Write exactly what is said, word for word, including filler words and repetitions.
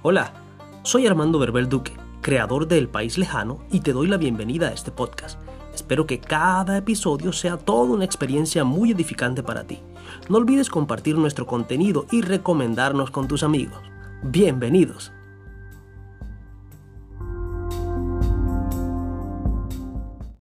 Hola, soy Armando Berbel Duque, creador de El País Lejano, y te doy la bienvenida a este podcast. Espero que cada episodio sea toda una experiencia muy edificante para ti. No olvides compartir nuestro contenido y recomendarnos con tus amigos. Bienvenidos.